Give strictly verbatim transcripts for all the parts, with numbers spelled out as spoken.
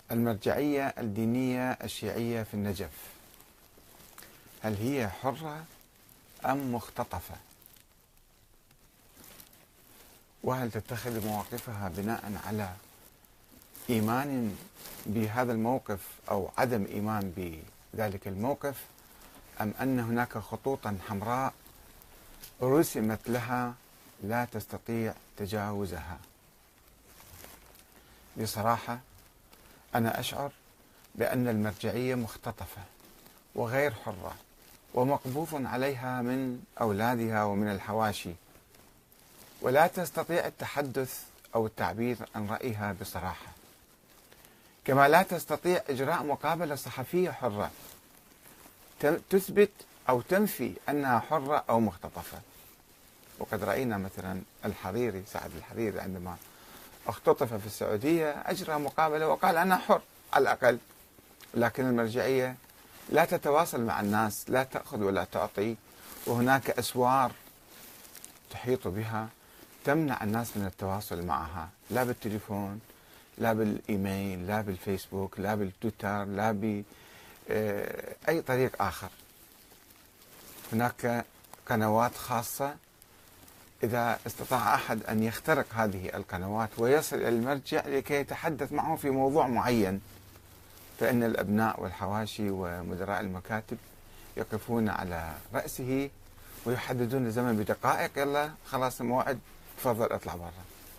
المرجعية الدينية الشيعية في النجف، هل هي حرة أم مختطفة؟ وهل تتخذ مواقفها بناء على إيمان بهذا الموقف أو عدم إيمان بذلك الموقف، أم أن هناك خطوطا حمراء رسمت لها لا تستطيع تجاوزها؟ بصراحة أنا أشعر بأن المرجعية مختطفة وغير حرة ومقبوض عليها من أولادها ومن الحواشي، ولا تستطيع التحدث أو التعبير عن رأيها بصراحة، كما لا تستطيع إجراء مقابلة صحفية حرة تثبت أو تنفي أنها حرة أو مختطفة. وقد رأينا مثلا الحريري، سعد الحريري، عندما اختطف في السعودية أجرى مقابلة وقال أنا حر على الأقل، لكن المرجعية لا تتواصل مع الناس، لا تأخذ ولا تعطي، وهناك أسوار تحيط بها تمنع الناس من التواصل معها، لا بالتليفون، لا بالإيميل، لا بالفيسبوك، لا بالتويتر، لا بأي طريق آخر. هناك قنوات خاصة، إذا استطاع أحد أن يخترق هذه القنوات ويصل إلى المرجع لكي يتحدث معه في موضوع معين، فإن الأبناء والحواشي ومدراء المكاتب يقفون على رأسه ويحددون الزمن بدقائق، يلا خلاص الموعد، تفضل اطلع برا.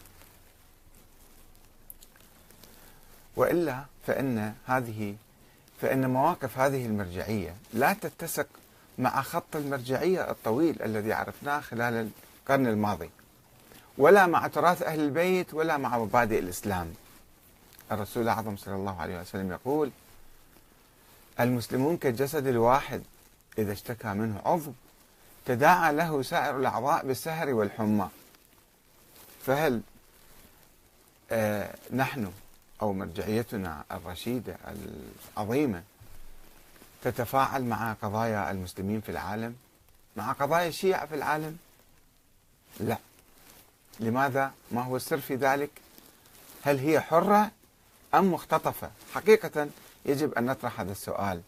وإلا فإن هذه فإن مواقف هذه المرجعية لا تتسق مع خط المرجعية الطويل الذي عرفناه خلال القرن الماضي، ولا مع تراث أهل البيت، ولا مع مبادئ الإسلام. الرسول الأعظم صلى الله عليه وسلم يقول: المسلمون كالجسد الواحد، إذا اشتكى منه عضو تداعى له سائر الأعضاء بالسهر والحمى. فهل آه نحن أو مرجعيتنا الرشيدة العظيمة تتفاعل مع قضايا المسلمين في العالم، مع قضايا الشيعة في العالم؟ لا. لماذا؟ ما هو السر في ذلك؟ هل هي حرة أم مختطفة؟ حقيقة يجب أن نطرح هذا السؤال.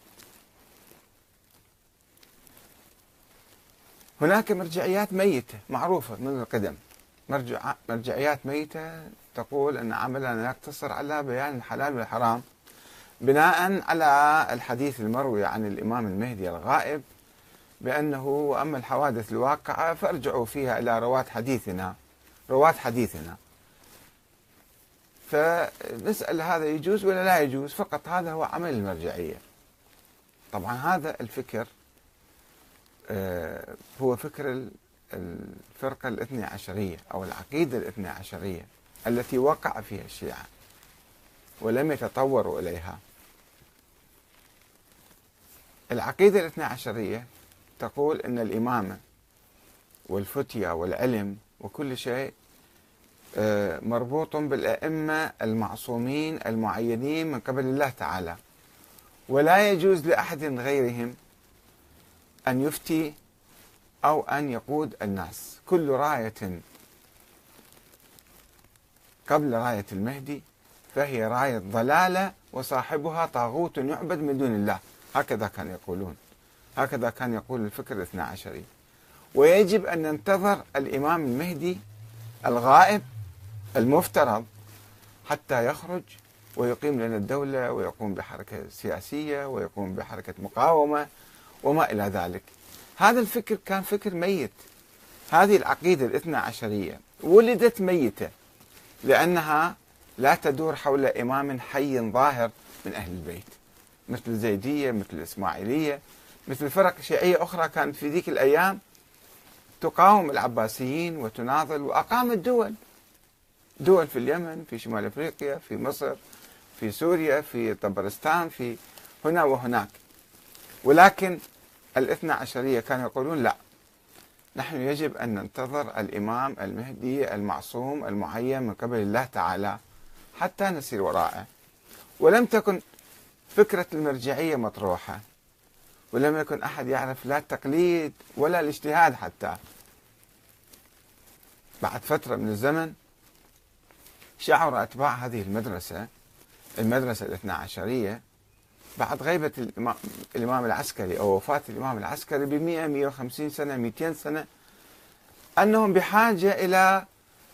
هناك مرجعيات ميتة معروفة منذ القدم، مرجع مرجعيات ميتة تقول أن عملنا يقتصر على بيان الحلال والحرام بناء على الحديث المروي عن الإمام المهدي الغائب بأنه: وأما الحوادث الواقعة فارجعوا فيها إلى رواة حديثنا رواة حديثنا. فنسأل هذا يجوز ولا لا يجوز؟ فقط هذا هو عمل المرجعية. طبعا هذا الفكر هو فكر الفرقة الاثنى عشرية أو العقيدة الاثنى عشرية التي وقع فيها الشيعة ولم يتطوروا إليها. العقيدة الاثنى عشرية تقول أن الإمامة والفتية والعلم وكل شيء مربوط بالأئمة المعصومين المعينين من قبل الله تعالى، ولا يجوز لأحد غيرهم أن يفتي أو أن يقود الناس. كل راية قبل راية المهدي فهي راية ضلالة وصاحبها طاغوت يعبد من دون الله. هكذا كانوا يقولون، هكذا كان يقول الفكر الاثنى عشري. ويجب أن ننتظر الإمام المهدي الغائب المفترض حتى يخرج ويقيم لنا الدولة ويقوم بحركة سياسية ويقوم بحركة مقاومة وما إلى ذلك. هذا الفكر كان فكر ميت. هذه العقيدة الاثنى عشرية ولدت ميتة لأنها لا تدور حول إمام حي ظاهر من أهل البيت، مثل الزيدية، مثل الإسماعيلية، مثل فرق شيعية أخرى كانت في ذيك الأيام تقاوم العباسيين وتناضل، وأقامت دول دول في اليمن، في شمال أفريقيا، في مصر، في سوريا، في طبرستان، في هنا وهناك. ولكن الاثنى عشرية كانوا يقولون لا، نحن يجب أن ننتظر الإمام المهدي المعصوم المعين من قبل الله تعالى حتى نسير وراءه. ولم تكن فكرة المرجعية مطروحة، ولم يكن أحد يعرف لا التقليد ولا الاجتهاد. حتى بعد فترة من الزمن شعر أتباع هذه المدرسة المدرسة الاثنا عشرية بعد غيبة الإمام, الإمام العسكري أو وفاة الإمام العسكري بمئة مئة وخمسين سنة مئتين سنة، أنهم بحاجة إلى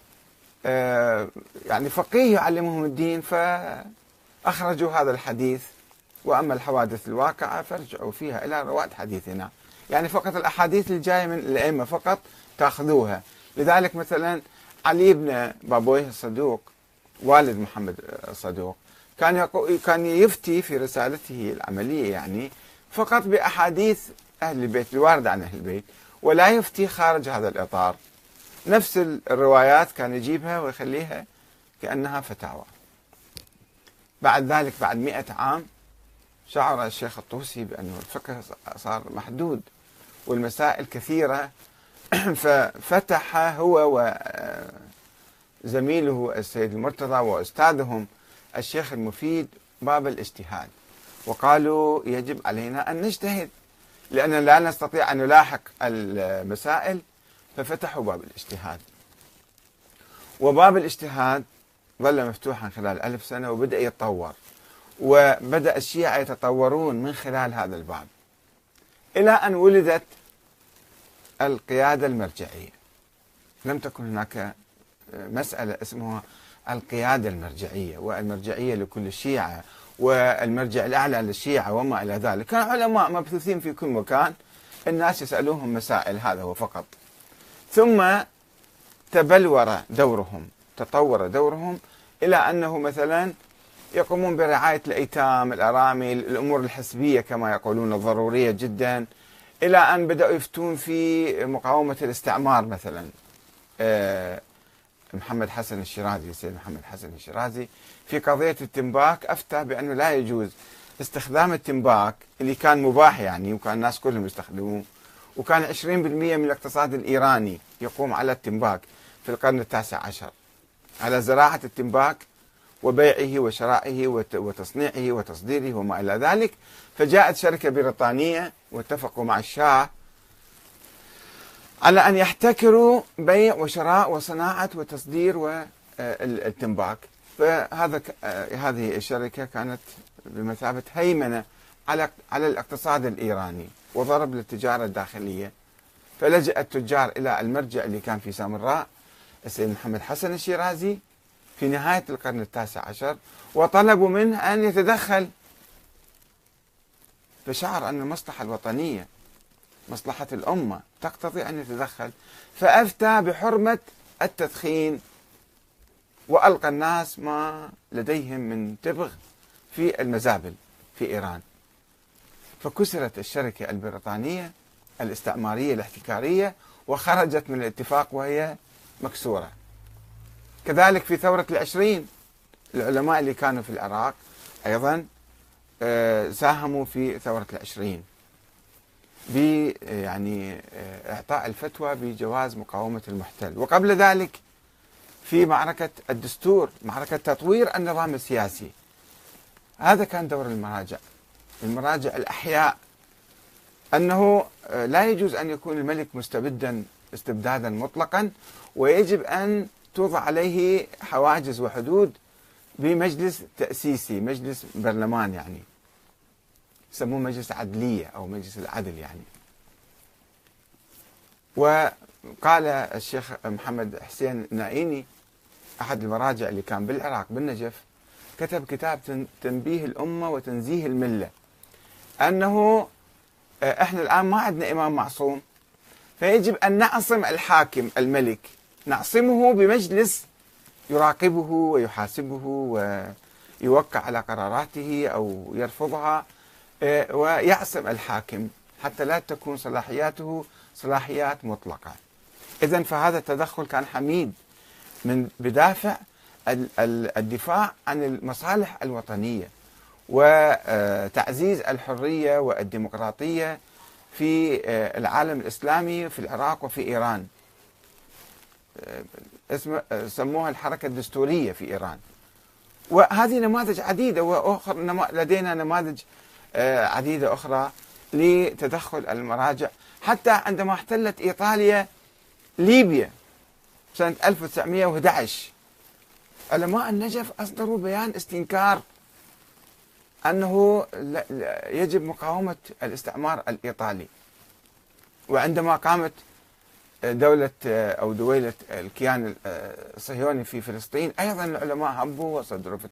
يعني فقيه يعلمهم الدين، فأخرجوا هذا الحديث. وأما الحوادث الواقعة فارجعوا فيها إلى رواد حديثنا، يعني فقط الأحاديث اللي جاية من الأئمة فقط تأخذوها. لذلك مثلا علي بن بابويه الصدوق والد محمد الصدوق كان كان يفتي في رسالته العملية يعني فقط بأحاديث أهل البيت الواردة عن أهل البيت، ولا يفتي خارج هذا الإطار. نفس الروايات كان يجيبها ويخليها كأنها فتاوى. بعد ذلك بعد مئة عام شعر الشيخ الطوسي بأنه الفقه صار محدود والمسائل كثيرة، ففتح هو وزميله السيد المرتضى وأستاذهم الشيخ المفيد باب الاجتهاد، وقالوا يجب علينا أن نجتهد لأننا لا نستطيع أن نلاحق المسائل، ففتحوا باب الاجتهاد. وباب الاجتهاد ظل مفتوحا خلال ألف سنة وبدأ يتطور، وبدأ الشيعة يتطورون من خلال هذا الباب إلى أن ولدت القيادة المرجعية. لم تكن هناك مسألة اسمها القيادة المرجعية والمرجعية لكل الشيعة والمرجع الأعلى للشيعة وما إلى ذلك. كان علماء مبثوثين في كل مكان، الناس يسألوهم مسائل، هذا هو فقط. ثم تبلور دورهم، تطور دورهم إلى أنه مثلا يقومون برعاية الأيتام، الأرامل، الأمور الحسبية كما يقولون الضرورية جدا، إلى أن بدأوا يفتون في مقاومة الاستعمار. مثلا محمد حسن الشيرازي، السيد محمد حسن الشيرازي في قضية التنباك أفتى بأنه لا يجوز استخدام التنباك اللي كان مباح يعني، وكان الناس كلهم يستخدموه، وكان عشرين بالمئة من الاقتصاد الإيراني يقوم على التنباك في القرن التاسع عشر، على زراعة التنباك وبيعه وشرائه وتصنيعه وتصديره وما إلى ذلك. فجاءت شركة بريطانية واتفقوا مع الشاه على أن يحتكروا بيع وشراء وصناعة وتصدير والتنباك. فهذا هذه الشركة كانت بمثابة هيمنة على على الاقتصاد الإيراني وضرب للتجارة الداخلية. فلجأ التجار إلى المرجع اللي كان في سامراء السيد محمد حسن الشيرازي في نهاية القرن التاسع عشر، وطلبوا منه أن يتدخل، فشعر أن المصلحة الوطنية مصلحة الأمة تقتضي أن يتدخل، فأفتى بحرمة التدخين وألقى الناس ما لديهم من تبغ في المزابل في إيران. فكسرت الشركة البريطانية الاستعمارية الاحتكارية وخرجت من الاتفاق وهي مكسورة. كذلك في ثورة العشرين العلماء اللي كانوا في العراق أيضا ساهموا في ثورة العشرين ب يعني إعطاء الفتوى بجواز مقاومة المحتل. وقبل ذلك في معركة الدستور، معركة تطوير النظام السياسي، هذا كان دور المراجع، المراجع الأحياء، أنه لا يجوز أن يكون الملك مستبدا استبدادا مطلقا، ويجب أن توضع عليه حواجز وحدود بمجلس تأسيسي، مجلس برلمان يعني يسموه مجلس عدلية أو مجلس العدل يعني. وقال الشيخ محمد حسين نائيني أحد المراجع اللي كان بالعراق بالنجف، كتب كتاب تنبيه الأمة وتنزيه الملة، أنه إحنا الآن ما عندنا إمام معصوم، فيجب أن نعصم الحاكم الملك، نعصمه بمجلس يراقبه ويحاسبه ويوقع على قراراته أو يرفضها، ويعصم الحاكم حتى لا تكون صلاحياته صلاحيات مطلقة. إذن فهذا التدخل كان حميد من بدافع الدفاع عن المصالح الوطنية وتعزيز الحرية والديمقراطية في العالم الإسلامي في العراق وفي إيران. اسم سموها الحركة الدستورية في إيران. وهذه نماذج عديدة، وأخرى لدينا نماذج عديدة أخرى لتدخل المراجع. حتى عندما احتلت إيطاليا ليبيا سنة ألف وتسعمئة وأحد عشر، علماء النجف أصدروا بيان استنكار أنه يجب مقاومة الاستعمار الإيطالي. وعندما قامت دولة أو دويلة الكيان الصهيوني في فلسطين، أيضا العلماء هبوا وصدروا